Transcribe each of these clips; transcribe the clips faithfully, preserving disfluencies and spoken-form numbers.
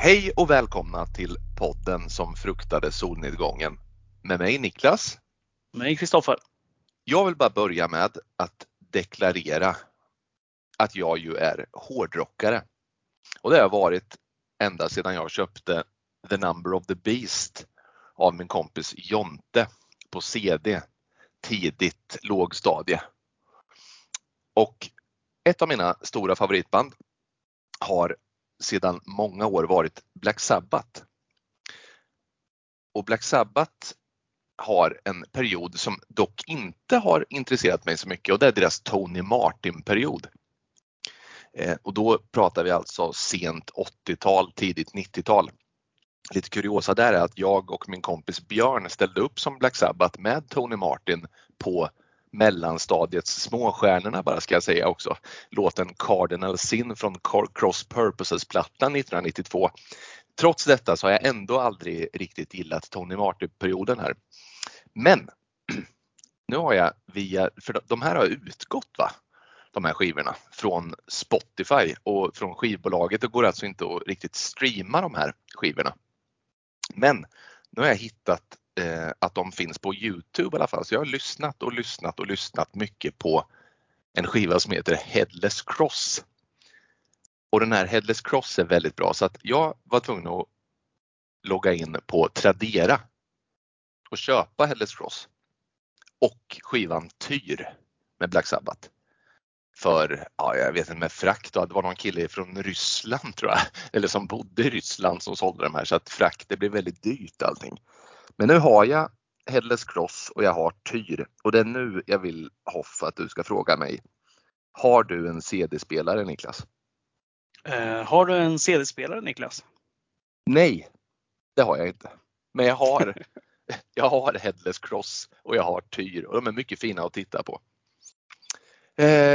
Hej och välkomna till podden som fruktade solnedgången. Med mig Niklas. Med mig Kristoffer. Jag vill bara börja med att deklarera att jag ju är hårdrockare. Och det har varit ända sedan jag köpte The Number of the Beast av min kompis Jonte på C D tidigt lågstadie. Och ett av mina stora favoritband har sedan många år varit Black Sabbath. Och Black Sabbath har en period som dock inte har intresserat mig så mycket, och det är deras Tony Martin-period. Eh, och då pratar vi alltså sent åttiotal, tidigt nittiotal. Lite kuriosa där är att jag och min kompis Björn ställde upp som Black Sabbath med Tony Martin på mellanstadiets Småstjärnorna, bara ska jag säga också. Låten Cardinal Sin från Cross Purposes-plattan nittonhundranittiotvå. Trots detta så har jag ändå aldrig riktigt gillat Tony Martin-perioden här. Men nu har jag via, för de här har utgått va? De här skivorna från Spotify och från skivbolaget. Det går alltså inte att riktigt streama de här skivorna. Men nu har jag hittat eh, att de finns på YouTube i alla fall. Så jag har lyssnat och lyssnat och lyssnat mycket på en skiva som heter Headless Cross. Och den här Headless Cross är väldigt bra, så att jag var tvungen att logga in på Tradera och köpa Headless Cross och skivan Tyr med Black Sabbath. För, ja, jag vet inte, med frakt då, det var någon kille från Ryssland tror jag, eller som bodde i Ryssland som sålde de här, så att frakt, det blev väldigt dyrt allting. Men nu har jag Headless Cross och jag har Tyr, och det är nu jag vill Hoff att du ska fråga mig, har du en C D-spelare Niklas? Uh, har du en C D-spelare Niklas? Nej, det har jag inte. Men jag har, jag har Headless Cross och jag har Tyr, och de är mycket fina att titta på. Eh,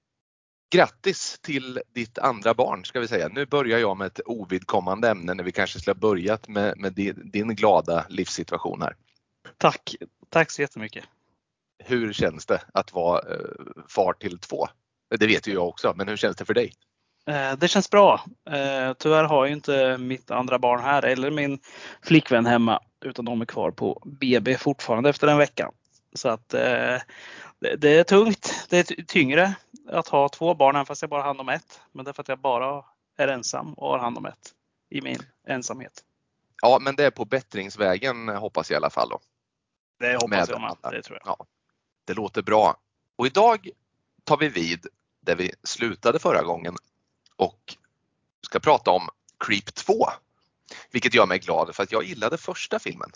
grattis till ditt andra barn ska vi säga. Nu börjar jag med ett ovidkommande ämne när vi kanske skulle ha börjat med, med din, din glada livssituation här. Tack, tack så jättemycket. Hur känns det att vara eh, far till två? Det vet ju jag också, men hur känns det för dig? Uh, det känns bra. Uh, tyvärr har jag inte mitt andra barn här eller min flickvän hemma, utan de är kvar på B B fortfarande efter en vecka. Så att uh, det, det är tungt, det är tyngre att ha två barn även fast jag bara har hand om ett. Men det är för att jag bara är ensam och har hand om ett i min ensamhet. Ja, men det är på bättringsvägen hoppas jag i alla fall då. Det hoppas med jag med, det tror jag. Ja, det låter bra. Och idag tar vi vid där vi slutade förra gången och ska prata om Creep två. Vilket gör mig glad för att jag gillade första filmen.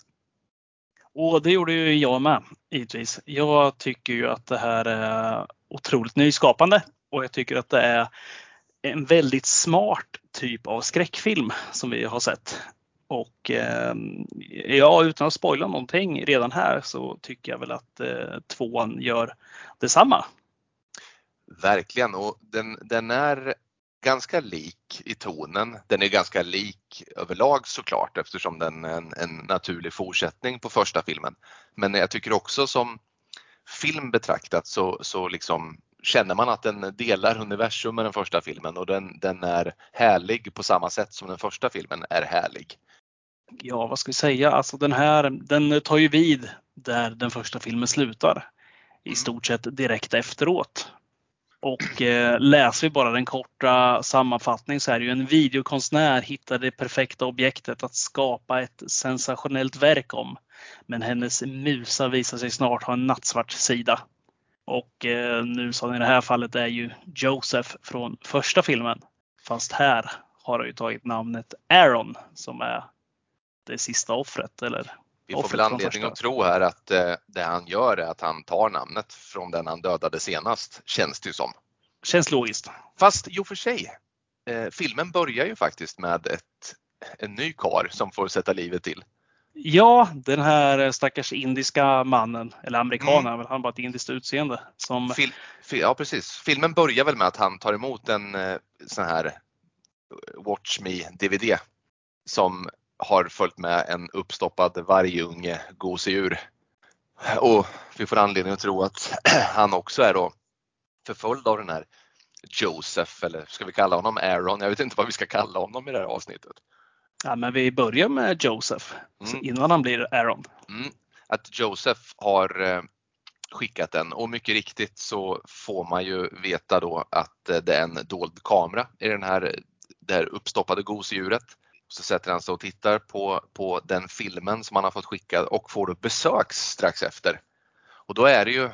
Och det gjorde ju jag med, givetvis. Jag tycker ju att det här är otroligt nyskapande. Och jag tycker att det är en väldigt smart typ av skräckfilm som vi har sett. Och eh, ja, utan att spoila någonting redan här så tycker jag väl att eh, tvåan gör detsamma. Verkligen, och den, den är ganska lik i tonen. Den är ganska lik överlag såklart eftersom den är en, en naturlig fortsättning på första filmen. Men jag tycker också som film betraktat så, så liksom känner man att den delar universum med den första filmen, och den, den är härlig på samma sätt som den första filmen är härlig. Ja, vad ska vi säga? Alltså den här, den tar ju vid där den första filmen slutar. I stort sett direkt efteråt. Och eh, läser vi bara den korta sammanfattningen så är det ju en videokonstnär hittar det perfekta objektet att skapa ett sensationellt verk om. Men hennes musa visar sig snart ha en nattsvart sida. Och eh, musan i det här fallet är ju Joseph från första filmen. Fast här har han ju tagit namnet Aaron som är det sista offret. Eller Vi får väl anledning att tro här att eh, det han gör är att han tar namnet från den han dödade senast, känns det ju som. Känns logiskt. Fast jo för sig, eh, filmen börjar ju faktiskt med ett, en ny kar som får sätta livet till. Ja, den här stackars indiska mannen, eller amerikanen, mm. han har bara ett indiskt utseende. Som... Fil, fil, ja precis, filmen börjar väl med att han tar emot en eh, sån här Watch Me D V D som har följt med en uppstoppad vargunge gosedjur. Och vi får anledning att tro att han också är då förföljd av den här Joseph, eller ska vi kalla honom Aaron? Jag vet inte vad vi ska kalla honom i det här avsnittet. Ja, men vi börjar med Joseph Mm. innan han blir Aaron. Mm. Att Joseph har eh, skickat den, och mycket riktigt så får man ju veta då att eh, det är en dold kamera i den här, det här uppstoppade gosedjuret. Så sätter han sig och tittar på, på den filmen som han har fått skickad och får då besök strax efter. Och då är det ju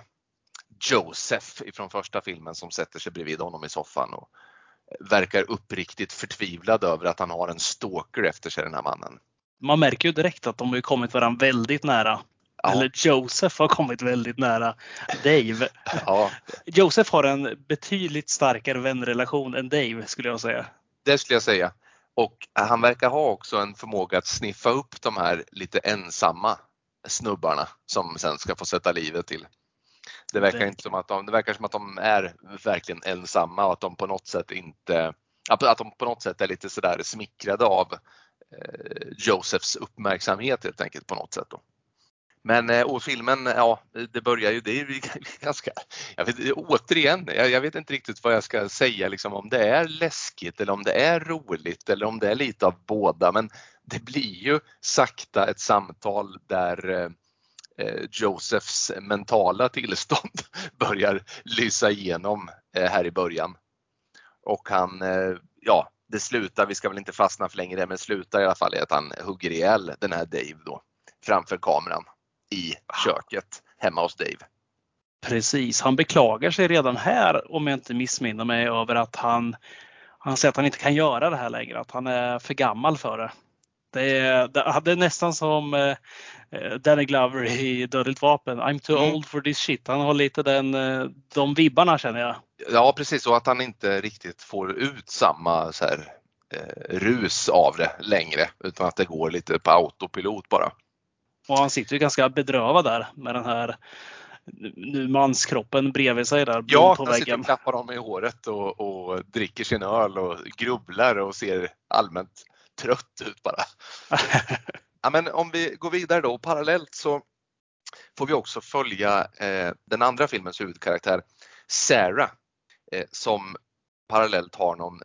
Joseph ifrån första filmen som sätter sig bredvid honom i soffan och verkar uppriktigt förtvivlad över att han har en stalker efter sig, den här mannen. Man märker ju direkt att de har kommit varandra väldigt nära. Ja. Eller Joseph har kommit väldigt nära Dave. Ja. Joseph har en betydligt starkare vänrelation än Dave, skulle jag säga. Det skulle jag säga. Och han verkar ha också en förmåga att sniffa upp de här lite ensamma snubbarna som sen ska få sätta livet till. Det verkar inte som att de, det verkar som att de är verkligen ensamma och att de på något sätt inte, att de på något sätt är lite sådär smickrade av eh, Josephs uppmärksamhet helt enkelt på något sätt då. Men eh, och filmen, ja, det börjar ju, det är ju ganska, jag vet, återigen, jag, jag vet inte riktigt vad jag ska säga, liksom, om det är läskigt eller om det är roligt eller om det är lite av båda, men det blir ju sakta ett samtal där eh, Josephs mentala tillstånd börjar lysa igenom eh, här i början. Och han, eh, ja, det slutar, vi ska väl inte fastna för länge där, men slutar i alla fall i att han hugger ihjäl den här Dave då framför kameran i köket hemma hos Dave. Precis, han beklagar sig redan här, om jag inte missminner mig, över att han, han säger att han inte kan göra det här längre, att han är för gammal för det. Det är, det är nästan som eh, Danny Glover i Dödligt vapen. I'm too Mm. old for this shit. Han har lite den, de vibbarna, känner jag. Ja, precis, och att han inte riktigt får ut samma så här, eh, rus av det längre, utan att det går lite på autopilot bara. Och han sitter ju ganska bedrövad där med den här nu manskroppen bredvid sig där, ja, på han väggen. sitter och klappar dem i håret och, och dricker sin öl och grubblar och ser allmänt trött ut bara. Ja, men om vi går vidare då, parallellt så får vi också följa eh, den andra filmens huvudkaraktär Sarah, eh, som parallellt har någon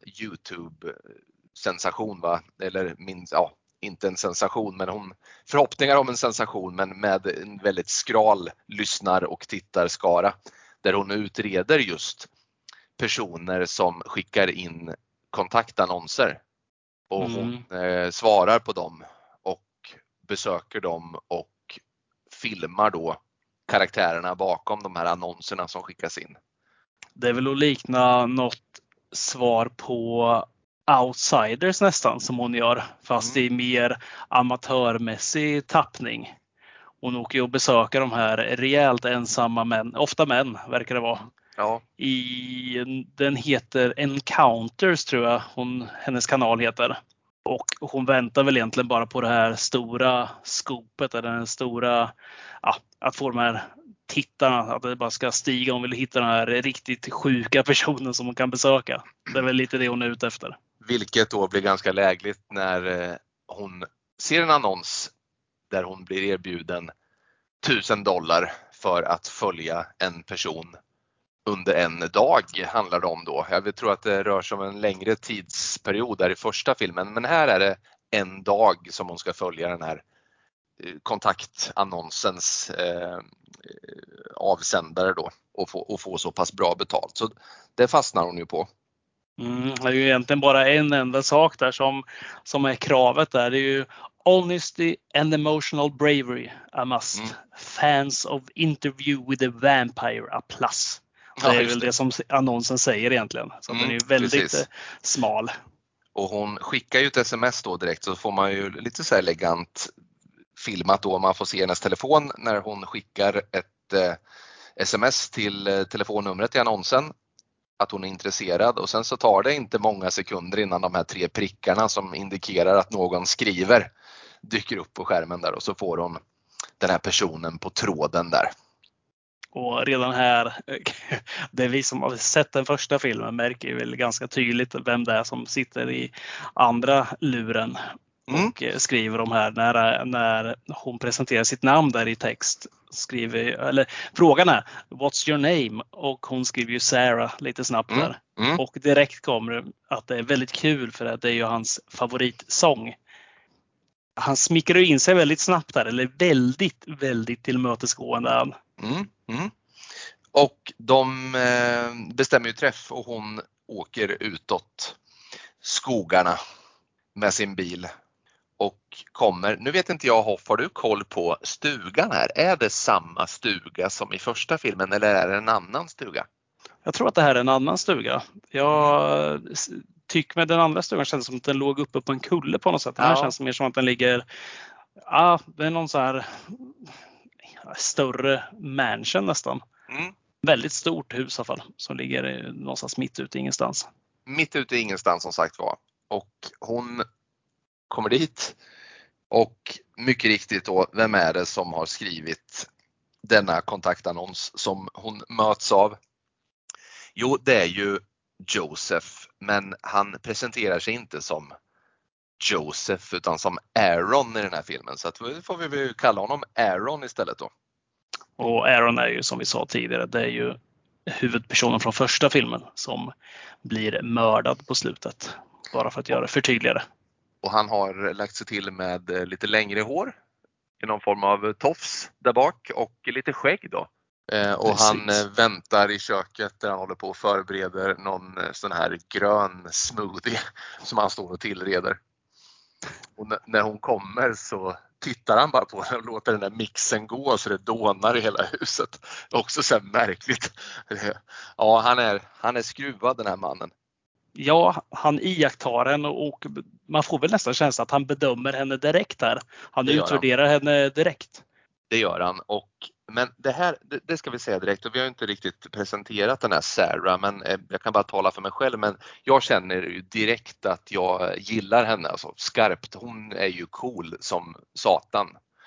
YouTube-sensation, va? Eller minst, ja, inte en sensation, men hon förhoppningar om en sensation, men med en väldigt skral lyssnar- och tittarskara, där hon utreder just personer som skickar in kontaktannonser och hon Mm. eh, svarar på dem och besöker dem och filmar då karaktärerna bakom de här annonserna som skickas in. Det är väl att likna något svar på Outsiders nästan, som hon gör, fast Mm. i mer amatörmässig tappning. Hon åker ju och besöker de här rejält ensamma män, ofta män verkar det vara. Ja. I, den heter Encounters, tror jag hon, hennes kanal heter. Och hon väntar väl egentligen bara på det här stora skopet, eller den stora, ja, att få de här tittarna, att det bara ska stiga. Hon vill hitta den här riktigt sjuka personen som hon kan besöka. Det är väl lite det hon är ute efter. Vilket då blir ganska lägligt när hon ser en annons där hon blir erbjuden tusen dollar för att följa en person under en dag, handlar det om då. Jag tror att det rör sig om en längre tidsperiod där i första filmen, men här är det en dag som hon ska följa den här kontaktannonsens eh, avsändare då och få, och få så pass bra betalt. Så det fastnar hon ju på. Mm, det är ju egentligen bara en enda sak där som, som är kravet där. Det är ju honesty and emotional bravery a must. Mm. Fans of interview with a vampire a plus. Det är ja, väl det. det som annonsen säger egentligen. Så mm, den är ju väldigt precis. Smal. Och hon skickar ju ett sms då direkt, så får man ju lite så här elegant filmat då. Man får se hennes telefon när hon skickar ett eh, sms till eh, telefonnumret i annonsen, att hon är intresserad, och sen så tar det inte många sekunder innan de här tre prickarna som indikerar att någon skriver dyker upp på skärmen där, och så får hon den här personen på tråden där. Och redan här, det vi som har sett den första filmen märker väl ganska tydligt vem det är som sitter i andra luren och mm. skriver de här. När, när hon presenterar sitt namn där i text, skriver, eller frågan är what's your name, och hon skriver ju Sarah lite snabbt där. Mm. Mm. Och direkt kommer det att det är väldigt kul, för att det är ju hans favoritsång. han smickrar in sig väldigt snabbt där, eller väldigt, väldigt tillmötesgående. Mm, mm. Och de eh, bestämmer ju träff och hon åker utåt skogarna med sin bil och kommer, nu vet inte jag Hoff, har du koll på stugan här? Är det samma stuga som i första filmen eller är det en annan stuga? Jag tror att det här är en annan stuga. Jag tycker med den andra stugan känns som att den låg uppe på en kulle på något sätt. Den här Ja. känns mer som att den ligger, ja, det är någon så här större mansion nästan. Mm. Väldigt stort hus i alla fall som ligger någonstans mitt ute ingenstans. Mitt ute i ingenstans som sagt var. Och hon kommer dit och mycket riktigt då, vem är det som har skrivit denna kontaktannons som hon möts av? Jo, det är ju Joseph, men han presenterar sig inte som Joseph utan som Aaron i den här filmen. Så att då får vi väl kalla honom Aaron istället då. Och Aaron är ju som vi sa tidigare, det är ju huvudpersonen från första filmen som blir mördad på slutet. Bara för att göra det förtydligare. Och han har lagt sig till med lite längre hår i någon form av tofs där bak och lite skägg då. Eh, och Precis. han eh, väntar i köket där han håller på och förbereder någon eh, sån här grön smoothie som han står och tillreder. Och n- när hon kommer så tittar han bara på henne och låter den där mixen gå så det dånar i hela huset. Också så här märkligt. Ja, han är, han är skruvad den här mannen. Ja, han iakttar henne och man får väl nästan känsla att han bedömer henne direkt här. Han Det gör utvärderar henne direkt. Det gör han. Och, men det här, det, det ska vi säga direkt, och vi har inte riktigt presenterat den här Sarah, men eh, jag kan bara tala för mig själv, men jag känner ju direkt att jag gillar henne, alltså skarpt. Hon är ju cool som satan.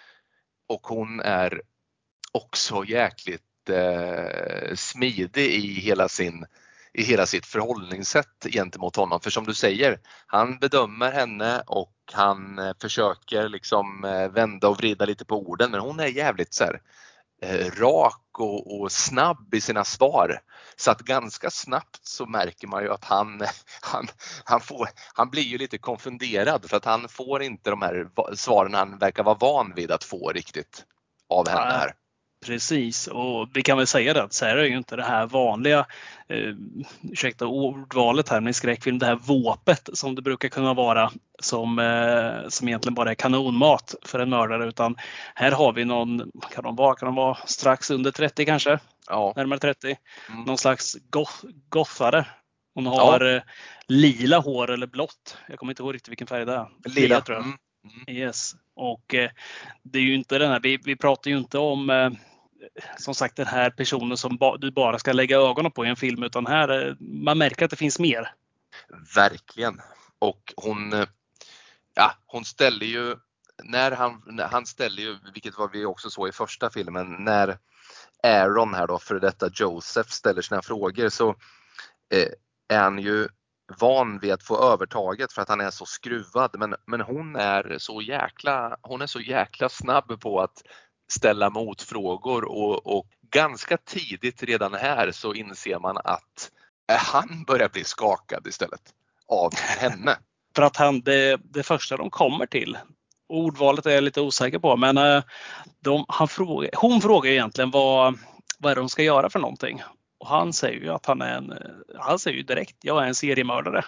Och hon är också jäkligt eh, smidig i hela sin i hela sitt förhållningssätt gentemot honom. För som du säger, han bedömer henne och han eh, försöker liksom eh, vända och vrida lite på orden. Men hon är jävligt så här, eh, rak och, och snabb i sina svar. Så att ganska snabbt så märker man ju att han, han, han, får, han blir ju lite konfunderad. För att han får inte de här svaren han verkar vara van vid att få riktigt av henne här. Precis, och vi kan väl säga det att Sarah är ju inte det här vanliga, eh, ursäkta ordvalet här, men i skräckfilm, det här våpet som det brukar kunna vara som, eh, som egentligen bara är kanonmat för en mördare, utan här har vi någon, kan de vara, kan de vara strax under trettio kanske, Ja. närmare trettio, Mm. någon slags goth, gothare. Hon har ja. eh, lila hår eller blått, jag kommer inte ihåg riktigt vilken färg det är. Lila, lila tror jag. Mm. Mm. Yes. Och eh, det är ju inte den här, vi, vi pratar ju inte om eh, som sagt den här personen som ba, du bara ska lägga ögonen på i en film, utan här eh, man märker att det finns mer. Verkligen. Och hon, ja, hon ställer ju, när han, när han ställer ju, vilket var vi också så i första filmen, när Aaron här då, för detta Joseph, ställer sina frågor så eh, är han ju van vid att få övertaget för att han är så skruvad, men, men hon är så jäkla hon är så jäkla snabb på att ställa motfrågor och, och ganska tidigt redan här så inser man att han börjar bli skakad istället av henne. För att han, det, det första de kommer till, ordvalet är jag lite osäker på, men de, han frågar, hon frågar egentligen vad, vad är det de ska göra för någonting. Och han säger ju att han är en, han säger ju direkt, jag är en seriemördare.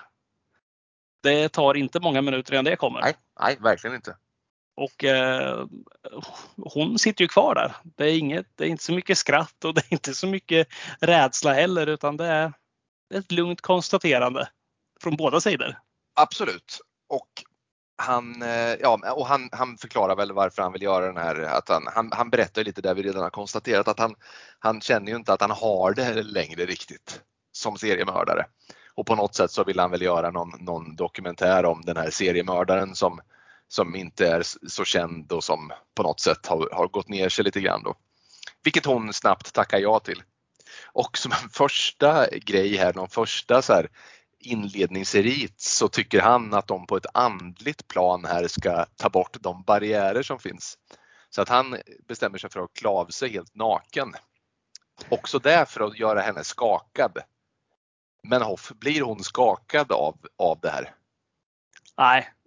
Det tar inte många minuter innan det kommer. Nej, nej verkligen inte. Och eh, hon sitter ju kvar där. Det är, inget, det är inte så mycket skratt och det är inte så mycket rädsla heller, utan det är ett lugnt konstaterande från båda sidor. Absolut. Och han, ja, och han, han förklarar väl varför han vill göra den här, att han, han, han berättar lite där vi redan har konstaterat att han, han känner ju inte att han har det längre riktigt som seriemördare. Och på något sätt så vill han väl göra någon, någon dokumentär om den här seriemördaren som, som inte är så känd och som på något sätt har, har gått ner sig lite grann då. Vilket hon snabbt tackar ja till. Och som en första grej här, någon första så här inledningsrit, så tycker han att de på ett andligt plan här ska ta bort de barriärer som finns. Så att han bestämmer sig för att klä av sig helt naken. Också där för att göra henne skakad. Men Hoff, blir hon skakad av, av det här? Nej,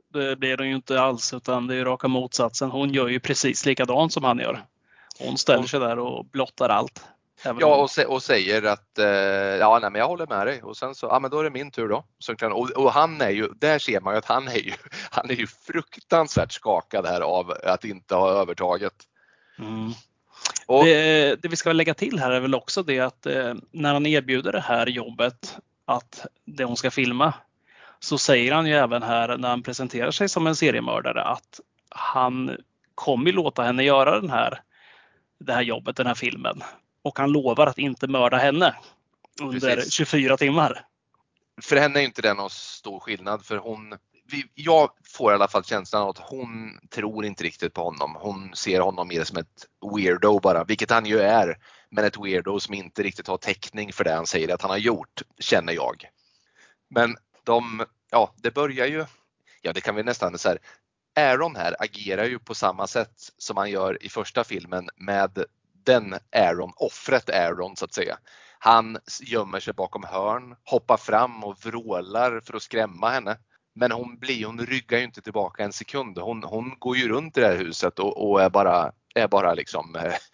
Det blir hon ju inte alls, utan det är ju raka motsatsen. Hon gör ju precis likadant som han gör. Hon ställer sig där och blottar allt. Ja, och, sä- och säger att eh, ja, nej, men jag håller med dig. Och sen så, ja men då är det min tur då. Så kan, och, och han är ju, där ser man ju att han är ju, han är ju fruktansvärt skakad här av att inte ha övertaget. Mm. Och, Det, det vi ska lägga till här är väl också det att eh, när han erbjuder det här jobbet, att det hon ska filma, så säger han ju även här när han presenterar sig som en seriemördare att han kommer låta henne göra den här, det här jobbet, den här filmen. Och han lovar att inte mörda henne under Precis. tjugofyra timmar. För henne är inte det någon stor skillnad, för hon, vi, jag får i alla fall känslan att hon tror inte riktigt på honom. Hon ser honom mer som ett weirdo bara, vilket han ju är. Men ett weirdo som inte riktigt har täckning för det han säger att han har gjort, känner jag. Men de, ja, det börjar ju, ja det kan vi nästan säga. Aaron här agerar ju på samma sätt som han gör i första filmen med den Aaron, offret Aaron så att säga. Han gömmer sig bakom hörn, hoppar fram och vrålar för att skrämma henne. Men hon blir, hon ryggar ju inte tillbaka en sekund. Hon, hon går ju runt i det här huset och, och är bara, är bara liksom,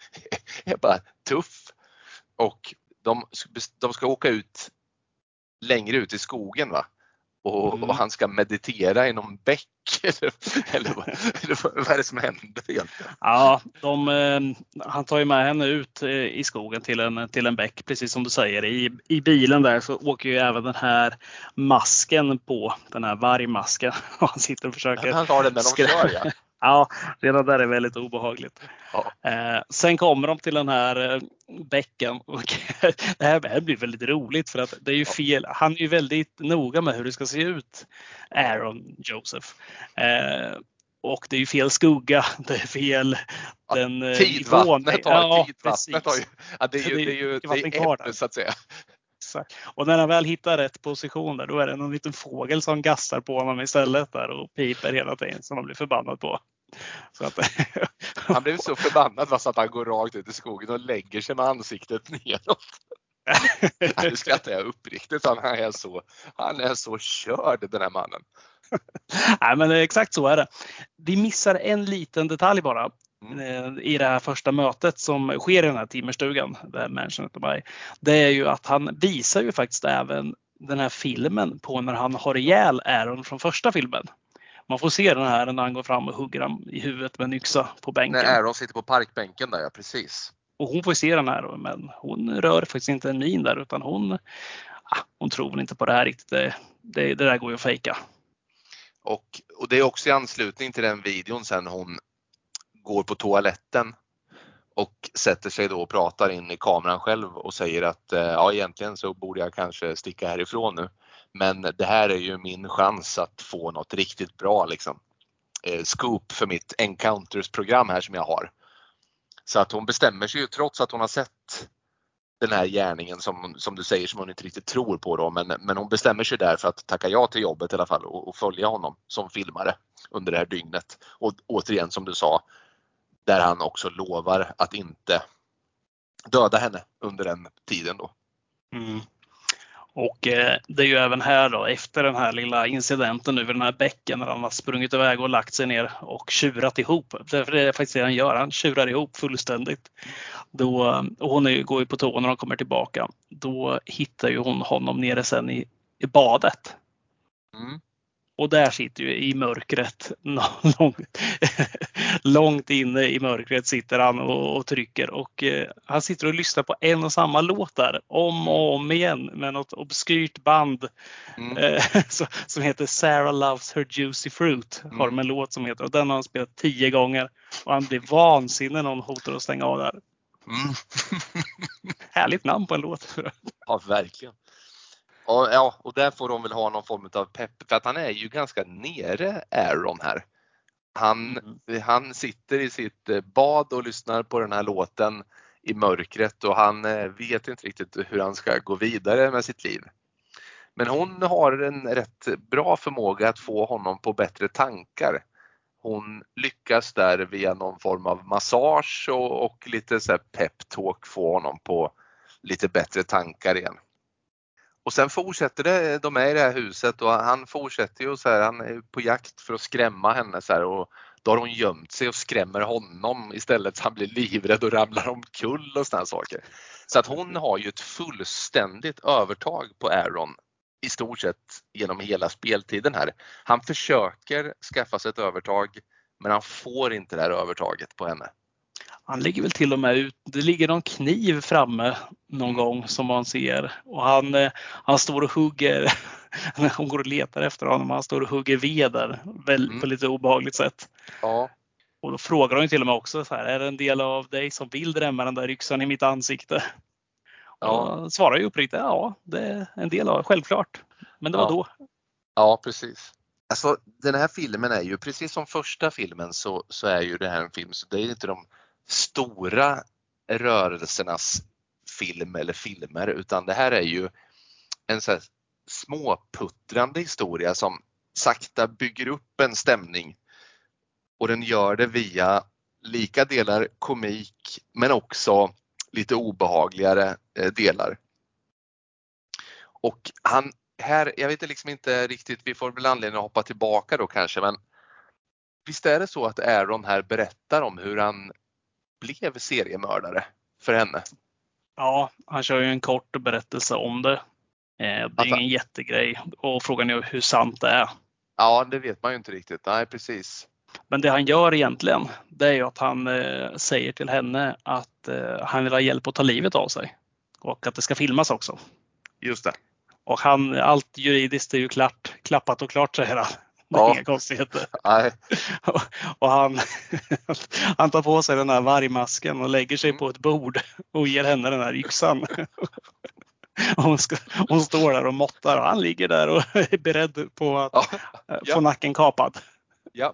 är bara tuff. Och de, de ska åka ut längre ut i skogen va. Och, Mm. och han ska meditera i någon bäck eller, eller, vad, eller vad är det som händer egentligen? Ja, de, eh, han tar ju med henne ut eh, i skogen till en, till en bäck, precis som du säger. I, I bilen där så åker ju även den här masken på, den här vargmasken. Och han sitter och försöker... Han har den när de skrä- kör ja. Ja, redan där är väldigt obehagligt. Ja. Eh, sen kommer de till den här eh, bäcken och det här, det här blir väldigt roligt för att det är ju fel. Han är ju väldigt noga med hur det ska se ut, Aaron Joseph. Eh, och det är ju fel skugga, det är fel den eh, Tidvattnet nivån. har, Ja, tidvattnet har ju, ja, det är ju, det är ju det är äpplet så att säga. Och när han väl hittar rätt position där, då är det någon liten fågel som gassar på honom istället där och piper hela tiden som han blir förbannad på. Så att, han blev så förbannad så att han går rakt ut i skogen och lägger sig med ansiktet neråt. Nu skrattar jag uppriktigt, han är så, han är så körd den här mannen. Nej, men exakt så är det. Vi missar en liten detalj bara. Mm. I det här första mötet som sker i den här timmerstugan, där Mansion of Bay, det är ju att han visar ju faktiskt även den här filmen på när han har ihjäl Aaron från första filmen. Man får se den här när han går fram och hugger han i huvudet med en yxa på bänken. När Aaron sitter på parkbänken där, ja precis. Och hon får se den här, men hon rör faktiskt inte en min där, utan hon, ah, hon tror väl inte på det här riktigt. Det, det, det där går ju att fejka. Och, och det är också i anslutning till den videon sen hon går på toaletten och sätter sig då och pratar in i kameran själv och säger att ja, egentligen så borde jag kanske sticka härifrån nu. Men det här är ju min chans att få något riktigt bra liksom. Eh, scoop för mitt Encounters-program här som jag har. Så att hon bestämmer sig ju trots att hon har sett den här gärningen som, som du säger som hon inte riktigt tror på då. Men, men hon bestämmer sig där för att tacka ja till jobbet i alla fall och, och följa honom som filmare under det här dygnet. Och återigen som du sa, där han också lovar att inte döda henne under den tiden då. Mm. Och eh, det är ju även här då, efter den här lilla incidenten nu vid den här bäcken när han har sprungit iväg och lagt sig ner och tjurat ihop. För det är faktiskt det han gör, han tjurar ihop fullständigt. Då, och hon är, går ju på tå när de kommer tillbaka. Då hittar ju hon honom nere sen i, i badet. Mm. Och där sitter ju i mörkret, långt, långt inne i mörkret sitter han och, och trycker. Och eh, han sitter och lyssnar på en och samma låt där, om och om igen, med något obskyrt band Mm. eh, som heter Sarah Loves Her Juicy Fruit. Mm. Har de en låt som heter, och den har han spelat tio gånger. Och han blir vansinnig när någon hotar att stänga av där. Mm. Härligt namn på en låt. Ja, verkligen. Och, ja, och där får de väl ha någon form av pepp. För att han är ju ganska nere, Aaron här. Han, mm. han sitter i sitt bad och lyssnar på den här låten i mörkret. Och han vet inte riktigt hur han ska gå vidare med sitt liv. Men hon har en rätt bra förmåga att få honom på bättre tankar. Hon lyckas där via någon form av massage och, och lite så här pep talk få honom på lite bättre tankar igen. Och sen fortsätter det, de är i det här huset och han fortsätter ju så här, han är på jakt för att skrämma henne så här, och då har hon gömt sig och skrämmer honom istället så han blir livrädd och ramlar omkull och såna här saker. Så att hon har ju ett fullständigt övertag på Aaron i stort sett genom hela speltiden här. Han försöker skaffa sig ett övertag men han får inte det här övertaget på henne. Han ligger väl till och med ut, det ligger någon kniv framme någon mm. gång som man ser. Och han, han står och hugger, när hon går och letar efter honom, han står och hugger ved där väl, mm. på lite obehagligt sätt. Ja. Och då frågar hon till och med också så här, är det en del av dig som vill drämma den där yxan i mitt ansikte? Ja. Och svarar ju uppriktigt, ja det är en del av, självklart. Men det var ja. då. Ja, precis. Alltså den här filmen är ju, precis som första filmen så, så är ju det här en film, så det är inte de stora rörelsernas film eller filmer, utan det här är ju en så här småputtrande historia som sakta bygger upp en stämning och den gör det via lika delar komik men också lite obehagligare delar. Och han här, jag vet liksom inte riktigt, vi får väl anledning att hoppa tillbaka då kanske, men visst är det så att Aaron här berättar om hur han blev seriemördare för henne? Ja, han kör ju en kort berättelse om det. Det är alltså ingen jättegrej och frågan är hur sant det är. Ja, det vet man ju inte riktigt. Nej, precis. Men det han gör egentligen, det är ju att han eh, säger till henne att eh, han vill ha hjälp att ta livet av sig. Och att det ska filmas också. Just det. Och han, allt juridiskt är ju klart, klappat och klart, säger han. Det är ja. Inga konstigheter. Nej. och, och han, han tar på sig den här vargmasken och lägger sig mm. på ett bord och ger henne den här yxan. Hon, ska, hon står där och måttar och han ligger där och är beredd på att ja. få ja. nacken kapad. Ja.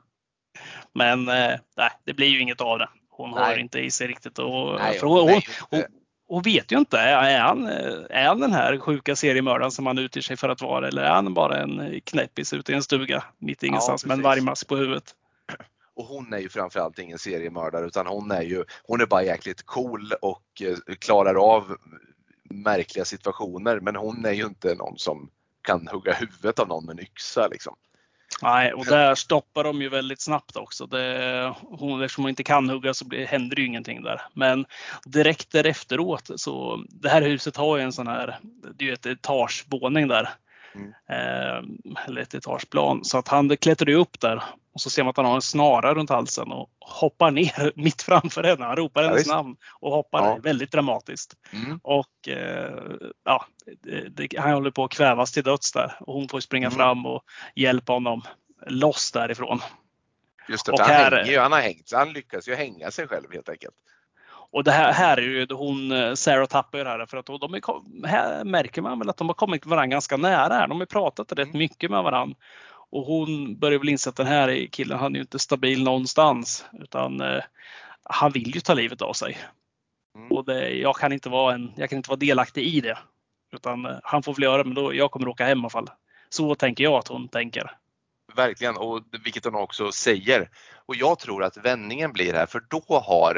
Men nej, det blir ju inget av det. Hon nej. har inte i sig riktigt. Och, nej, hon, hon, hon, hon vet ju inte, är han, är han den här sjuka seriemördaren som han utger sig för att vara, eller är han bara en knäppis ute i en stuga mitt ingenstans ja, med en vargmask på huvudet? Och hon är ju framförallt ingen seriemördare, utan hon är ju hon är bara jäkligt cool och klarar av märkliga situationer, men hon är ju inte någon som kan hugga huvudet av någon med en yxa liksom. Nej, och där stoppar de ju väldigt snabbt också. Det, hon, eftersom hon inte kan hugga så blir, händer det ju ingenting där. Men direkt därefteråt så, det här huset har ju en sån här, det är ju ett etagevåning där. Mm. Eh, eller ett etageplan. Så att han klättrar upp där och så ser man att han har en snara runt halsen och hoppar ner mitt framför henne. Han ropar hennes ja, namn och hoppar ja. väldigt dramatiskt. Mm. Och eh, ja, det, det, han håller på att kvävas till döds där. Och hon får springa mm. fram och hjälpa honom loss därifrån. Just det, och han, här, hänger, han har hängt så han lyckas ju hänga sig själv helt enkelt. Och det här, här är ju hon, Sarah tappar ju det här för att de är, här märker man väl att de har kommit varandra ganska nära här. De har pratat rätt mycket med varandra. Och hon börjar väl inse att den här killen, han är ju inte stabil någonstans. Utan eh, han vill ju ta livet av sig. Mm. Och det, jag, kan inte vara en, jag kan inte vara delaktig i det. Utan eh, han får väl göra det, men då, jag kommer åka hem i alla fall. Så tänker jag att hon tänker. Verkligen, och vilket hon också säger. Och jag tror att vändningen blir här, för då har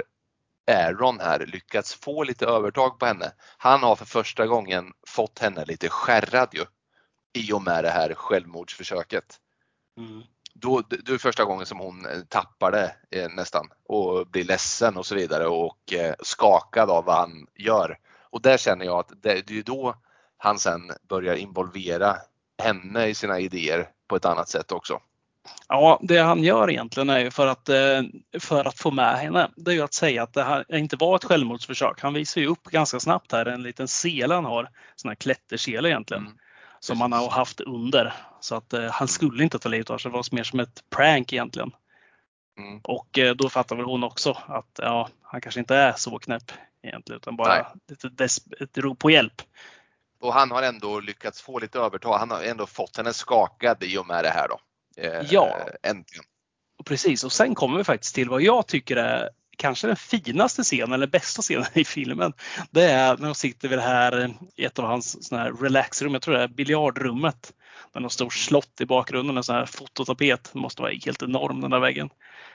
Aaron här lyckats få lite övertag på henne. Han har för första gången fått henne lite skärrad ju. I och med det här självmordsförsöket. Mm. Då, det är första gången som hon tappar det eh, nästan. Och blir ledsen och så vidare. Och eh, skakad av vad han gör. Och där känner jag att det, det är då han sen börjar involvera henne i sina idéer på ett annat sätt också. Ja, det han gör egentligen är ju för att, för att få med henne. Det är ju att säga att det här inte var ett självmordsförsök. Han visar ju upp ganska snabbt här en liten sele han har. Sån här klättersele egentligen. Mm. Som han har haft under. Så att eh, han skulle inte ta livet av sig. Det var mer som ett prank egentligen. Mm. Och eh, då fattar väl hon också att ja, han kanske inte är så knäpp egentligen. Utan bara Nej. lite des- ett rop på hjälp. Och han har ändå lyckats få lite övertag. Han har ändå fått henne skakad i och med det här då. Eh, ja, äntligen. Och precis. Och sen kommer vi faktiskt till vad jag tycker är kanske den finaste scenen eller bästa scenen i filmen. Det är när de sitter vid det här i ett av hans såna här relaxrum. Jag tror det är biljardrummet. Med någon stor slott i bakgrunden. En sån här fototapet. Det måste vara helt enorm den där väggen.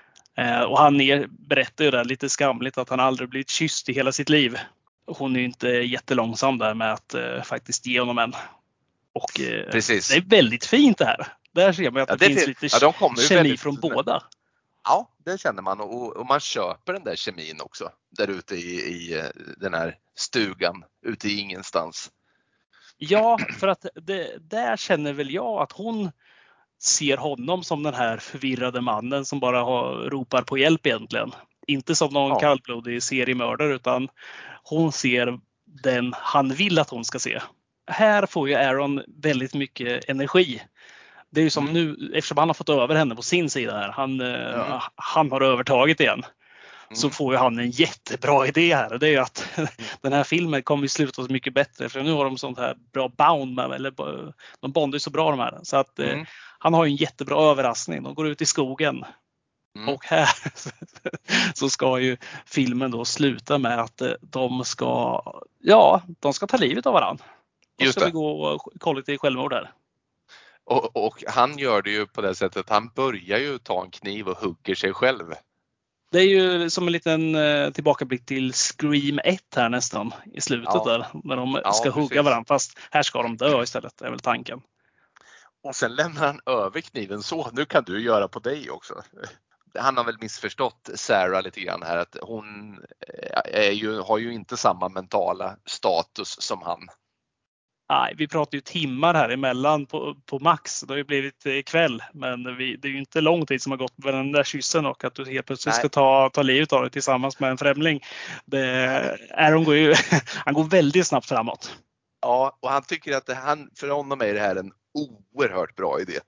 Eh, och han är, berättar ju där lite skamligt att han aldrig blivit kysst i hela sitt liv. Hon är ju inte jättelångsam där med att eh, faktiskt ge honom en. Och eh, Precis. det är väldigt fint det här. Där ser man att Ja, det, det finns fin- lite ja, de kommer ju kemi väldigt- från båda. Ja, det känner man och, och man köper den där kemin också där ute i, i den här stugan ute i ingenstans. Ja, för att det, där känner väl jag att hon ser honom som den här förvirrade mannen som bara har, ropar på hjälp egentligen. Inte som någon Ja. kallblodig seriemördare utan hon ser den han vill att hon ska se. Här får ju Aaron väldigt mycket energi. Det är ju som Mm. nu, eftersom han har fått över henne på sin sida här, han, Mm. uh, han har övertaget igen. Så Mm. får ju han en jättebra idé här. Det är ju att den här filmen kommer ju sluta så mycket bättre. För nu har de sånt här bra bound med, eller de bondar ju så bra de här. Så att Mm. eh, han har ju en jättebra överraskning. De går ut i skogen. Mm. Och här så ska ju filmen då sluta med att eh, de ska, ja, de ska ta livet av varandra. Då Just ska det. vi gå kollektiv självmord här. Och, och han gör det ju på det sättet, han börjar ju ta en kniv och hugger sig själv. Det är ju som en liten eh, tillbakablick till Scream ett här nästan i slutet Ja. där. När de Ja, ska precis. hugga varandra. Fast här ska de dö istället. Det är väl tanken. Och sen lämnar han över kniven så, nu kan du göra på dig också. Han har väl missförstått Sarah lite grann här att hon är ju, har ju inte samma mentala status som han. Nej, vi pratar ju timmar här emellan på, på max. Det har ju blivit eh, kväll. Men vi, det är ju inte lång tid som har gått med den där kyssen och att du helt plötsligt Nej. ska ta, ta livet av dig tillsammans med en främling. Det, Aaron går ju, han går väldigt snabbt framåt. Ja, och han tycker att det, han, för honom är det här en oerhört bra idé.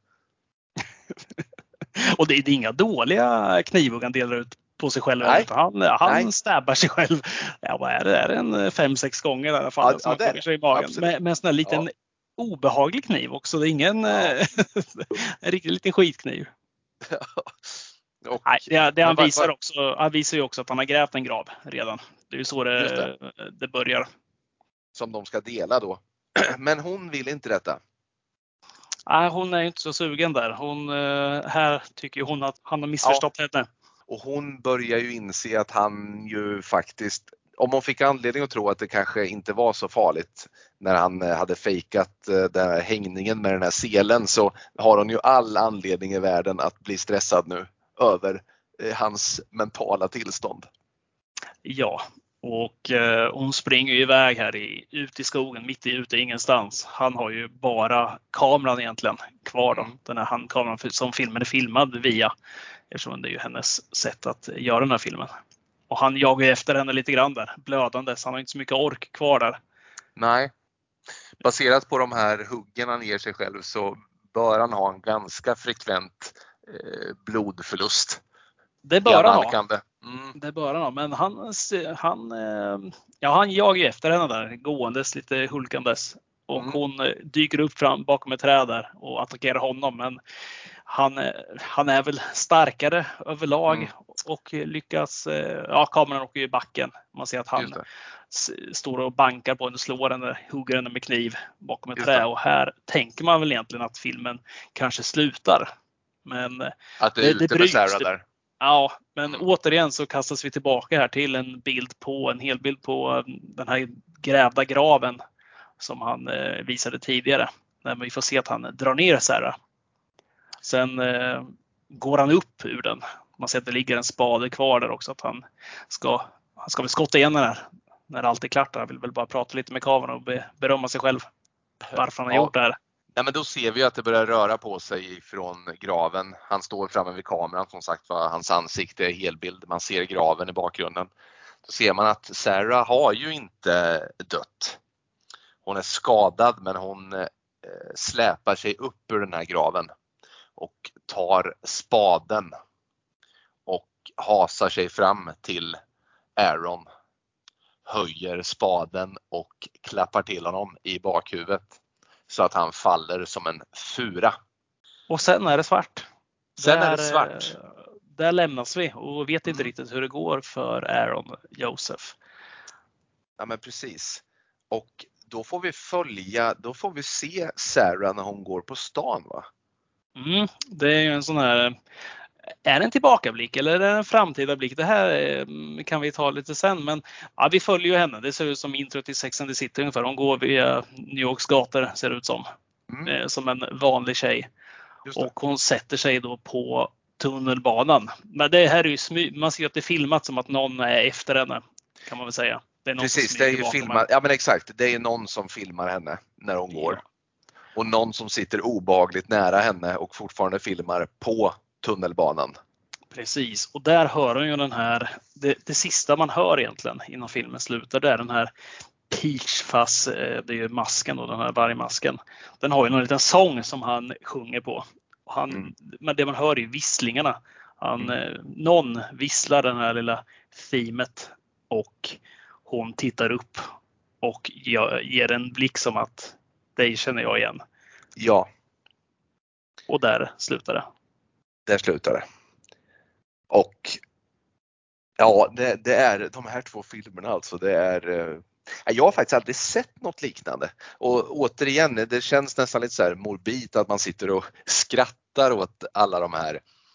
Och det, det är inga dåliga knivhugg han delar ut på sig själv. Nej. Han, han Nej. stabbar sig själv. Ja, vad är det? Är det en fem, sex gånger i alla fall Ja, som ja, han det är hugger sig i det. magen. Absolut. Med, med en sån här liten Ja. obehaglig kniv också. Det är ingen Ja. en riktig liten skitkniv. Och, Nej, det, det han, vad- visar vad- också, han visar ju också att han har grävt en grav redan. Det är ju så Just det, det. det börjar. som de ska dela då. Men hon vill inte detta. Nej, hon är ju inte så sugen där. Hon, eh, här tycker hon att han har missförstått henne. Och hon börjar ju inse att han ju faktiskt, om hon fick anledning att tro att det kanske inte var så farligt när han hade fejkat den här hängningen med den här selen, så har hon ju all anledning i världen att bli stressad nu över hans mentala tillstånd. Ja, och eh, hon springer ju iväg här i, ut i skogen, mitt i ute ingenstans. Han har ju bara kameran egentligen kvar då. Mm. Den här handkameran som filmen är filmad via. Eftersom det är ju hennes sätt att göra den här filmen. Och han jagar ju efter henne lite grann där, blödandes. Han har inte så mycket ork kvar där. Nej. Baserat på de här huggen han ger sig själv så bör han ha en ganska frekvent eh, blodförlust. Det bör han ha. Kan det. Mm. Det bör han ha. Men han, han, ja, han jagar ju efter henne där, gåendes, lite hulkandes. Och Mm. hon dyker upp fram bakom ett träd där och attackerar honom. Men han, han är väl starkare överlag Mm. och lyckas, ja, kameran åker i backen. Man ser att han står och bankar på henne, slår henne, hugger henne med kniv bakom ett Just trä. det. Och här tänker man väl egentligen att filmen kanske slutar. Men Att det är det, ute det med bryts. Sarah där. Ja, men Mm. återigen så kastas vi tillbaka här till en bild på, en hel bild på den här grävda graven som han eh, visade tidigare. När vi får se att han drar ner Sarah. Sen eh, går han upp ur den. Man ser att det ligger en spade kvar där också. Att han ska, han ska väl skotta igen den här när allt är klart. Han vill väl bara prata lite med kameran och be, berömma sig själv. Varför han har Ja. gjort det här. Ja, men då ser vi att det börjar röra på sig från graven. Han står framme vid kameran, som sagt var, hans ansikte är helbild. Man ser graven i bakgrunden. Då ser man att Sarah har ju inte dött. Hon är skadad, men hon eh, släpar sig upp ur den här graven och tar spaden och hasar sig fram till Aaron. Höjer spaden och klappar till honom i bakhuvudet så att han faller som en fura. Och sen är det svart. Sen där, är det svart. Där lämnas vi och vet inte Mm. riktigt hur det går för Aaron Joseph. Ja, men precis. Och då får vi följa, då får vi se Sarah när hon går på stan, va? Mm, det är ju en sån här, är det en tillbakablick eller är det en framtida blick? Det här kan vi ta lite sen, men ja, vi följer ju henne. Det ser ut som intro till Sex and the City ungefär. Hon går via New Yorks gator, ser det ut som. mm. eh, som en vanlig tjej. Och hon sätter sig då på tunnelbanan. Men det här är ju smy- man ser att det är filmat som att någon är efter henne, kan man väl säga. Det är någon Precis, som det är ju bakom filmat. henne. Ja men exakt, det är någon som filmar henne när hon går. Ja. Och någon som sitter obehagligt nära henne och fortfarande filmar på tunnelbanan. Precis, och där hör hon ju den här, det, det sista man hör egentligen innan filmen slutar, det är den här Peach Fuzz, det är ju masken då, den här vargmasken. Den har ju någon liten sång som han sjunger på. Och han, mm. Men det man hör är ju visslingarna. Han, mm. Någon visslar den här lilla themet och hon tittar upp och ger en blick som att det känner jag igen. Ja. Och där slutar det. Där slutar det. Och ja, det, det är de här två filmerna alltså. Det är, jag har faktiskt aldrig sett något liknande. Och återigen, det känns nästan lite så här morbid att man sitter och skrattar åt alla de här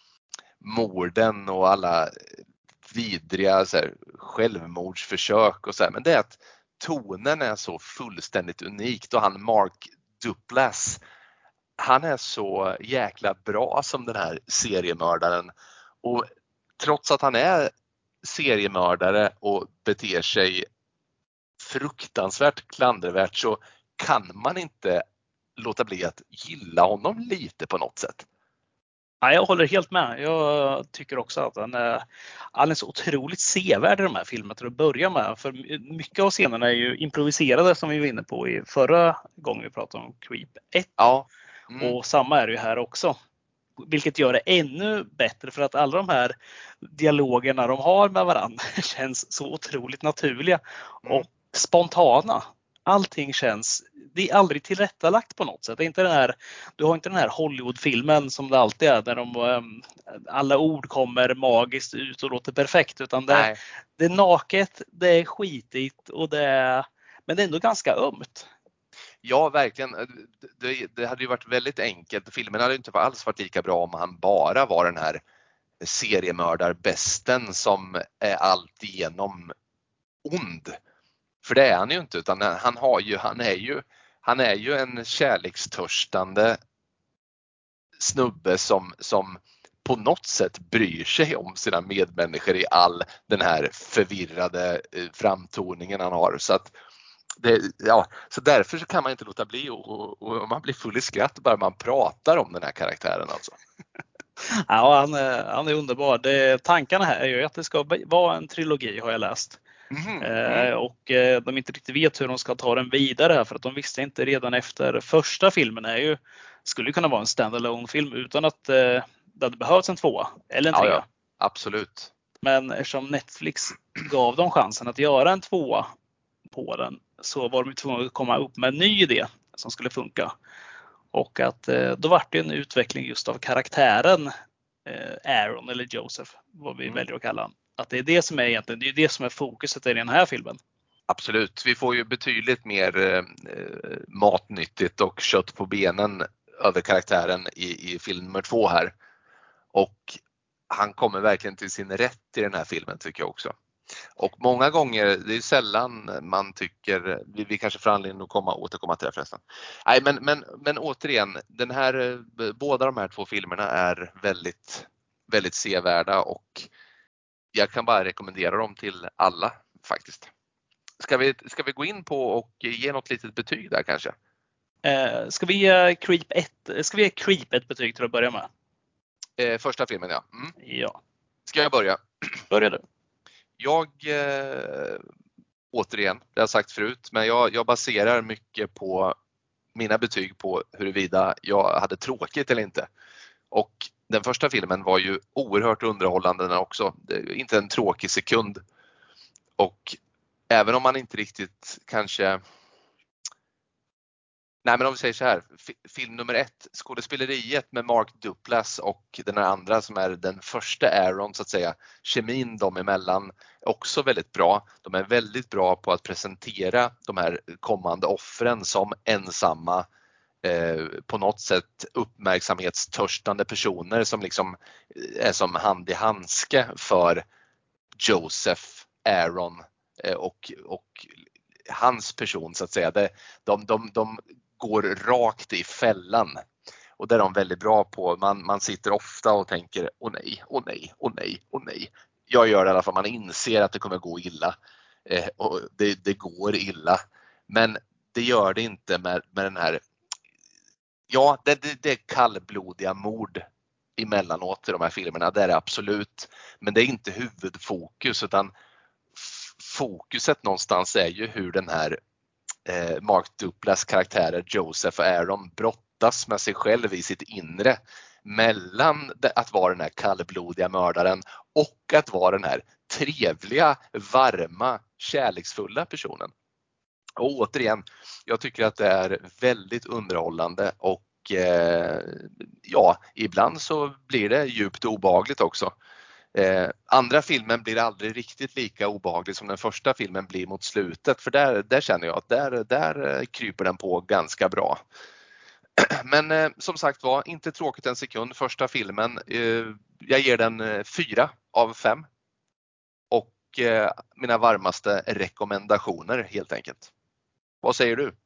morden och alla vidriga så här, självmordsförsök och så här. Men det är att tonen är så fullständigt unikt och han Mark Duplass, han är så jäkla bra som den här seriemördaren. Och trots att han är seriemördare och beter sig fruktansvärt klandervärt så kan man inte låta bli att gilla honom lite på något sätt. Ja, jag håller helt med. Jag tycker också att han är, han är så otroligt sevärd i de här filmerna till att börja med. För mycket av scenerna är ju improviserade som vi var inne på i förra gången vi pratade om Creep ett. Ja. Mm. Och samma är det ju här också. Vilket gör det ännu bättre för att alla de här dialogerna de har med varandra känns så otroligt naturliga och mm. spontana. Allting känns, det är aldrig tillrättalagt på något sätt. Det är inte den här, du har inte den här Hollywoodfilmen som det alltid är där de, alla ord kommer magiskt ut och låter perfekt. Utan det, det är naket, det är skitigt och det är, men det är ändå ganska ömt. Ja, verkligen. Det, det hade ju varit väldigt enkelt. Filmen hade inte alls varit lika bra om han bara var den här seriemördarbesten som är alltigenom ond. För det är han ju inte, utan han, har ju, han, är ju, han är ju en kärlekstörstande snubbe som, som på något sätt bryr sig om sina medmänniskor i all den här förvirrade framtoningen han har. Så att Det, ja, så därför så kan man inte låta bli och, och, och man blir full i skratt bara man pratar om den här karaktären alltså. Ja, han, han är underbar. Det, tankarna här är ju att det ska vara en trilogi har jag läst. Mm. Eh, och eh, de inte riktigt vet hur de ska ta den vidare här för att de visste inte redan efter första filmen är ju, skulle kunna vara en standalone film utan att eh, det hade behövts en tvåa eller en trea. Ja, ja, absolut. Men eftersom Netflix gav dem chansen att göra en tvåa på den så var de tvungna att komma upp med en ny idé som skulle funka. Och att då var det en utveckling just av karaktären Aaron eller Joseph, vad vi mm. väljer att kalla honom. Att det är det som är egentligen, det är det som är fokuset i den här filmen. Absolut, vi får ju betydligt mer eh, matnyttigt och kött på benen över karaktären i, i film nummer två här. Och han kommer verkligen till sin rätt i den här filmen tycker jag också. Och många gånger, det är sällan man tycker, vi, vi kanske får anledning att komma, återkomma till det förresten. Nej, men, men, men återigen, den här, båda de här två filmerna är väldigt, väldigt sevärda och jag kan bara rekommendera dem till alla faktiskt. Ska vi, ska vi gå in på och ge något litet betyg där kanske? Eh, ska vi ge Creep ett, ska vi ge Creep ett betyg till att börja med? Eh, första filmen, ja. Mm. Ja. Ska jag börja? Börja du. Jag, eh, återigen, det har jag sagt förut, men jag, jag baserar mycket på mina betyg på huruvida jag hade tråkigt eller inte. Och den första filmen var ju oerhört underhållande den också. Det, inte en tråkig sekund. Och även om man inte riktigt kanske... Nej, men om vi säger så här, film nummer ett, skådespeleriet med Mark Duplass och den här andra som är den första Aaron så att säga, kemin dem emellan, också väldigt bra. De är väldigt bra på att presentera de här kommande offren som ensamma, eh, på något sätt uppmärksamhetstörstande personer som liksom är som hand i handske för Joseph, Aaron eh, och, och hans person så att säga. De, de, de, de går rakt i fällan. Och det är de väldigt bra på. Man, man sitter ofta och tänker, åh nej, åh nej, åh nej, åh nej. Jag gör det i alla fall, man inser att det kommer gå illa. Eh, och det, det går illa. Men det gör det inte med, med den här, ja det, det, det är kallblodiga mord emellanåt i de här filmerna, det är det absolut. Men det är inte huvudfokus, utan fokuset någonstans är ju hur den här eh, Mark Duplass karaktärer Joseph och Aaron brottas med sig själv i sitt inre, mellan att vara den här kallblodiga mördaren och att vara den här trevliga, varma, kärleksfulla personen. Och återigen, jag tycker att det är väldigt underhållande och eh, ja, ibland så blir det djupt obehagligt också. Eh, andra filmen blir aldrig riktigt lika obehaglig som den första filmen blir mot slutet, för där, där känner jag att där, där kryper den på ganska bra. Men eh, som sagt var, inte tråkigt en sekund. Första filmen, eh, jag ger den eh, fyra av fem. Och eh, mina varmaste rekommendationer helt enkelt. Vad säger du?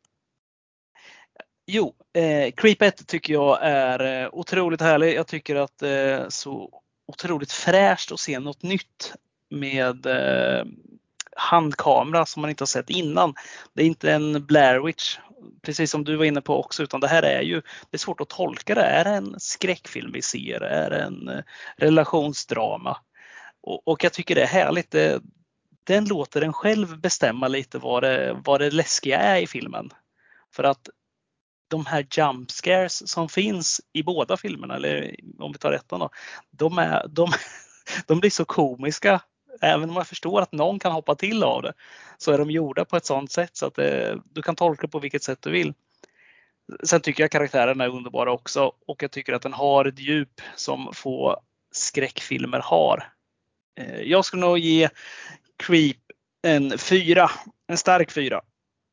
Jo, eh, Creep ett tycker jag är eh, otroligt härlig. Jag tycker att det eh, är så otroligt fräscht att se något nytt med eh, handkamera som man inte har sett innan. Det är inte en Blair Witch, precis som du var inne på också, utan det här är ju, det är svårt att tolka det. Är det en skräckfilm vi ser? Är det en eh, relationsdrama? Och, och jag tycker det är härligt. Det, den låter den själv bestämma lite vad det, vad det läskiga är i filmen. För att de här jump scares som finns i båda filmerna, eller om vi tar ettan då, de, är, de, de blir så komiska. Även om jag förstår att någon kan hoppa till av det, så är de gjorda på ett sådant sätt så att det, du kan tolka på vilket sätt du vill. Sen tycker jag karaktärerna är underbara också, och jag tycker att den har ett djup som få skräckfilmer har. Jag skulle nog ge Creep en fyra, en stark fyra.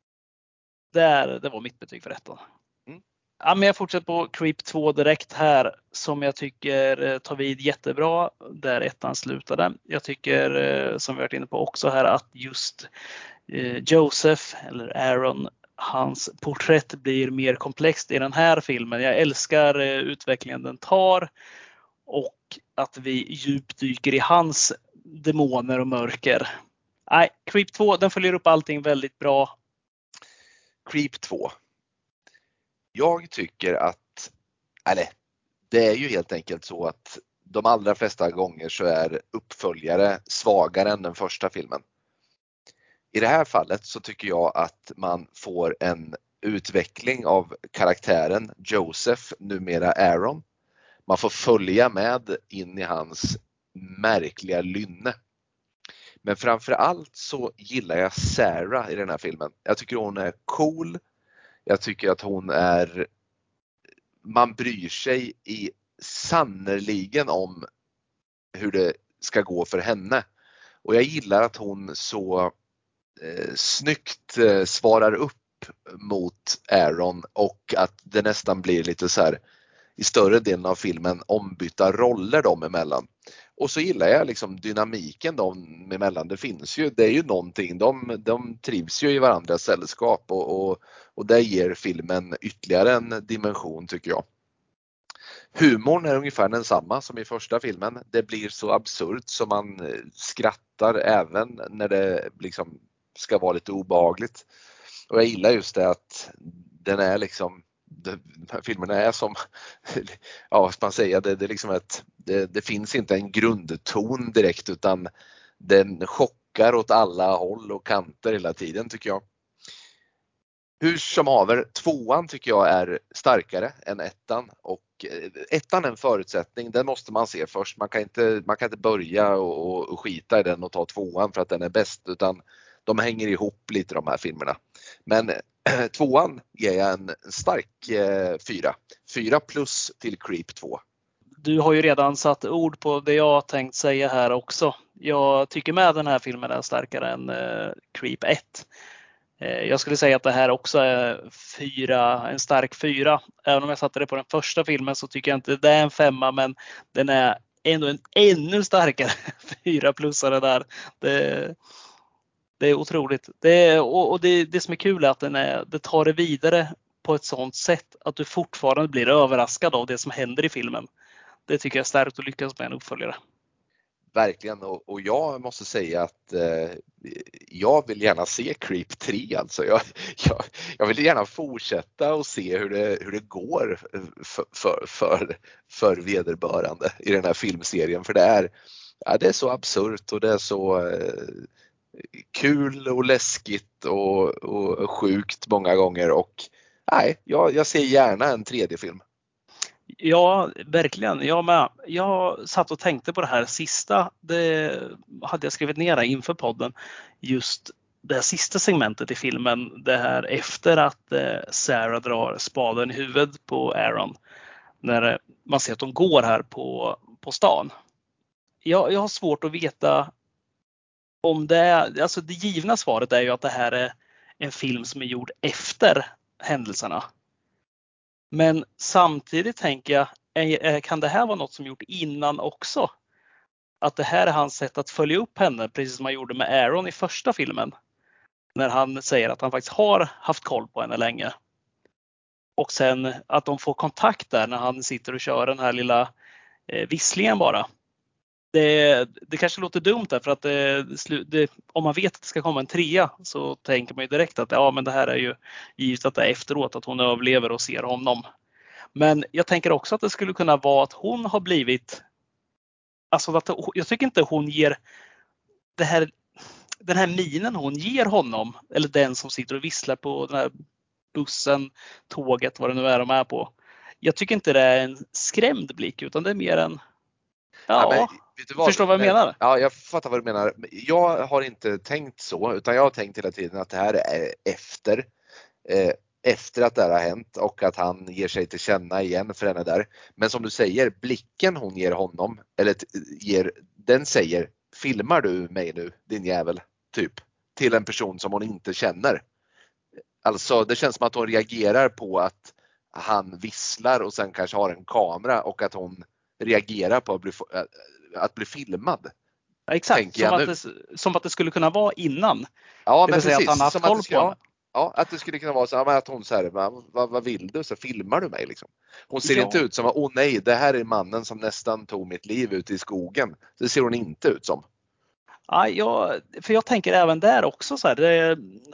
Där, det var mitt betyg för ettan. Mm. Ja, men jag fortsätter på Creep två direkt här, som jag tycker tar vid jättebra där ettan slutade. Jag tycker, som vi varit inne på också här, att just Joseph eller Aaron, hans porträtt blir mer komplext i den här filmen. Jag älskar utvecklingen den tar och att vi djupdyker i hans demoner och mörker. Nej, Creep två, den följer upp allting väldigt bra. Creep två. Jag tycker att, eller det är ju helt enkelt så att de allra flesta gånger så är uppföljare svagare än den första filmen. I det här fallet så tycker jag att man får en utveckling av karaktären Joseph, numera Aaron. Man får följa med in i hans märkliga lynne. Men framförallt så gillar jag Sarah i den här filmen. Jag tycker hon är cool. Jag tycker att hon är, man bryr sig i sannerligen om hur det ska gå för henne. Och jag gillar att hon så eh, snyggt eh, svarar upp mot Aaron, och att det nästan blir lite så här i större delen av filmen ombytta roller dem emellan. Och så gillar jag liksom dynamiken dem emellan. Det finns ju, det är ju någonting, de, de trivs ju i varandras sällskap, och, och, och det ger filmen ytterligare en dimension tycker jag. Humorn är ungefär densamma som i första filmen. Det blir så absurt som man skrattar även när det liksom ska vara lite obehagligt. Och jag gillar just det att den är liksom, de här filmerna är som, ja vad ska man säga, det, det, är liksom ett, det, det finns inte en grundton direkt, utan den chockar åt alla håll och kanter hela tiden tycker jag. Hur som haver, tvåan tycker jag är starkare än ettan, och ettan är en förutsättning, den måste man se först. Man kan inte, man kan inte börja och, och skita i den och ta tvåan för att den är bäst, utan de hänger ihop lite de här filmerna. Men tvåan ger jag en stark eh, fyra. Fyra plus till Creep två. Du har ju redan satt ord på det jag tänkt säga här också. Jag tycker med den här filmen är starkare än eh, Creep ett. Eh, jag skulle säga att det här också är fyra, en stark fyra. Även om jag satte det på den första filmen så tycker jag inte det är en femma, men den är ändå en ännu starkare fyra plusare där. Det, det är otroligt. Det, och och det, det som är kul är att den är, det tar det vidare på ett sånt sätt att du fortfarande blir överraskad av det som händer i filmen. Det tycker jag är starkt att lyckas med en uppföljare. Verkligen, och, och jag måste säga att eh, jag vill gärna se Creep tre. Alltså. Jag, jag, jag vill gärna fortsätta och se hur det, hur det går för, för, för, för vederbörande i den här filmserien. För det är, ja, det är så absurt och det är så eh, kul och läskigt och, och sjukt många gånger. Och nej, jag, jag ser gärna en tredje film. Ja, verkligen. Jag, med. jag satt och tänkte på det här sista. Det hade jag skrivit ner inför podden. Just det här sista segmentet i filmen. Det här efter att Sarah drar spaden i huvudet på Aaron. När man ser att de går här på, på stan. Jag, jag har svårt att veta om det är... Alltså det givna svaret är ju att det här är en film som är gjord efter händelserna. Men samtidigt tänker jag, kan det här vara något som gjort innan också? Att det här är hans sätt att följa upp henne, precis som han gjorde med Aaron i första filmen. När han säger att han faktiskt har haft koll på henne länge. Och sen att de får kontakt där när han sitter och kör den här lilla eh, visslingen bara. Det, det kanske låter dumt där, för att det, det, om man vet att det ska komma en trea så tänker man ju direkt att ja, men det här är ju givet att det är efteråt att hon överlever och ser honom. Men jag tänker också att det skulle kunna vara att hon har blivit, alltså att jag tycker inte hon ger det här, den här minen hon ger honom, eller den som sitter och visslar på den här bussen, tåget, vad det nu är de är på. Jag tycker inte det är en skrämd blick, utan det är mer en, ja, ja men, vet du vad? Förstår vad jag menar? Ja, jag fattar vad du menar. Jag har inte tänkt så, utan jag har tänkt hela tiden att det här är efter eh, efter att det här har hänt och att han ger sig till känna igen för henne där. Men som du säger, blicken hon ger honom, eller ger, den säger, filmar du mig nu, din jävel, typ, till en person som hon inte känner. Alltså det känns som att hon reagerar på att han visslar och sen kanske har en kamera, och att hon reagerar på att bli, att bli filmad. Ja, exakt, som att, det, som att det skulle kunna vara innan. Ja, det men precis. Att han har haft koll på ja, ja, att det skulle kunna vara så att hon säger, vad, vad vill du? Så filmar du mig liksom. Hon ser ja. inte ut som, åh nej, det här är mannen som nästan tog mitt liv ute i skogen. Det ser hon inte ut som. Ja, jag, för jag tänker även där också så här, det,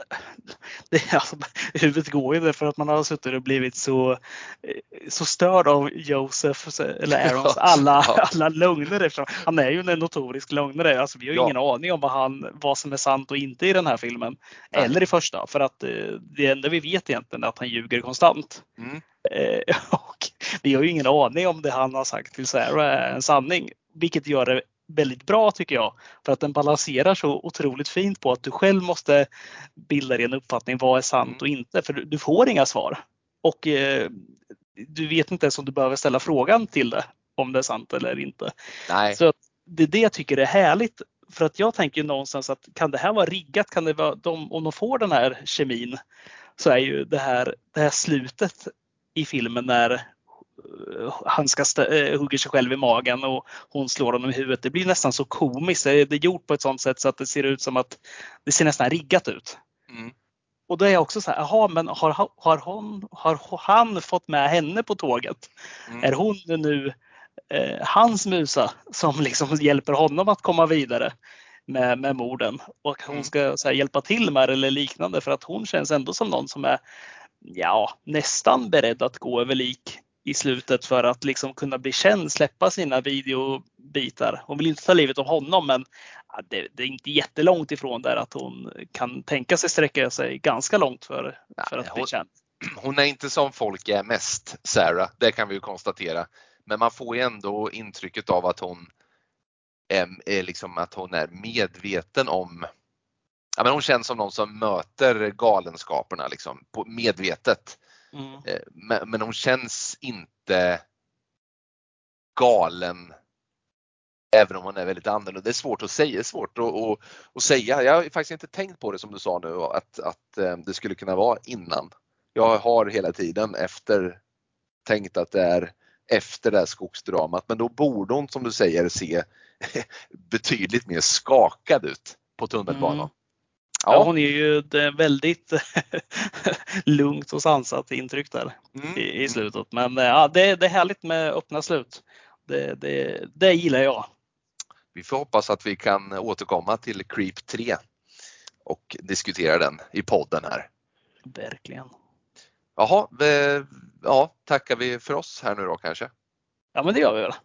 det, alltså, huvudet går ju det för att man har suttit och blivit så, så störd av Joseph eller Aarons alla, ja. alla lögner, eftersom han är ju en notorisk lögnare. Alltså, vi har ju ja. ingen aning om vad, han, vad som är sant och inte i den här filmen. Nej. Eller i första, för att det enda vi vet egentligen är att han ljuger konstant. Mm. Eh, och vi har ju ingen aning om det han har sagt till Sarah är en sanning, vilket gör det väldigt bra tycker jag, för att den balanserar så otroligt fint på att du själv måste bilda dig en uppfattning vad är sant och inte, för du, du får inga svar och eh, du vet inte ens om du behöver ställa frågan till det om det är sant eller inte. Nej. Så det är det jag tycker är härligt, för att jag tänker ju någonstans att kan det här vara riggat, kan det vara de, om de får den här kemin, så är ju det här, det här slutet i filmen när han ska st- hugga sig själv i magen och hon slår honom i huvudet. Det blir nästan så komiskt. Det är gjort på ett sånt sätt så att det ser ut som att det ser nästan riggat ut. Mm. Och då är jag också så här, jaha, men har, har, hon, har han fått med henne på tåget? Mm. Är hon nu eh, hans musa som liksom hjälper honom att komma vidare med, med morden? Och hon ska så här, hjälpa till med eller liknande, för att hon känns ändå som någon som är ja, nästan beredd att gå över lik i slutet för att liksom kunna bli känd, släppa sina videobitar. Hon vill inte ta livet av honom, men ja, det, det är inte jättelångt ifrån där att hon kan tänka sig sträcka sig ganska långt för, för att ja, bli hon, känd. Hon är inte som folk är mest, Sarah, det kan vi ju konstatera. Men man får ju ändå intrycket av att hon är, är liksom att hon är medveten om, ja, men hon känns som någon som möter galenskaperna liksom, på medvetet. Mm. Men, men hon känns inte galen, även om hon är väldigt annorlunda. Det är svårt att säga, det är svårt att, att, att säga. Jag har faktiskt inte tänkt på det som du sa nu, att, att det skulle kunna vara innan. Jag har hela tiden efter tänkt att det är efter det här skogsdramat, men då borde hon, som du säger, se betydligt mer skakad ut på tunnelbanan. Mm. Ja. Hon är ju väldigt lugnt och sansat intryck där mm. i, i slutet. Men ja, det, det är härligt med öppna slut. Det, det, det gillar jag. Vi får hoppas att vi kan återkomma till Creep tre och diskutera den i podden här. Verkligen. Jaha, vi, ja, tackar vi för oss här nu då kanske? Ja, men det gör vi väl.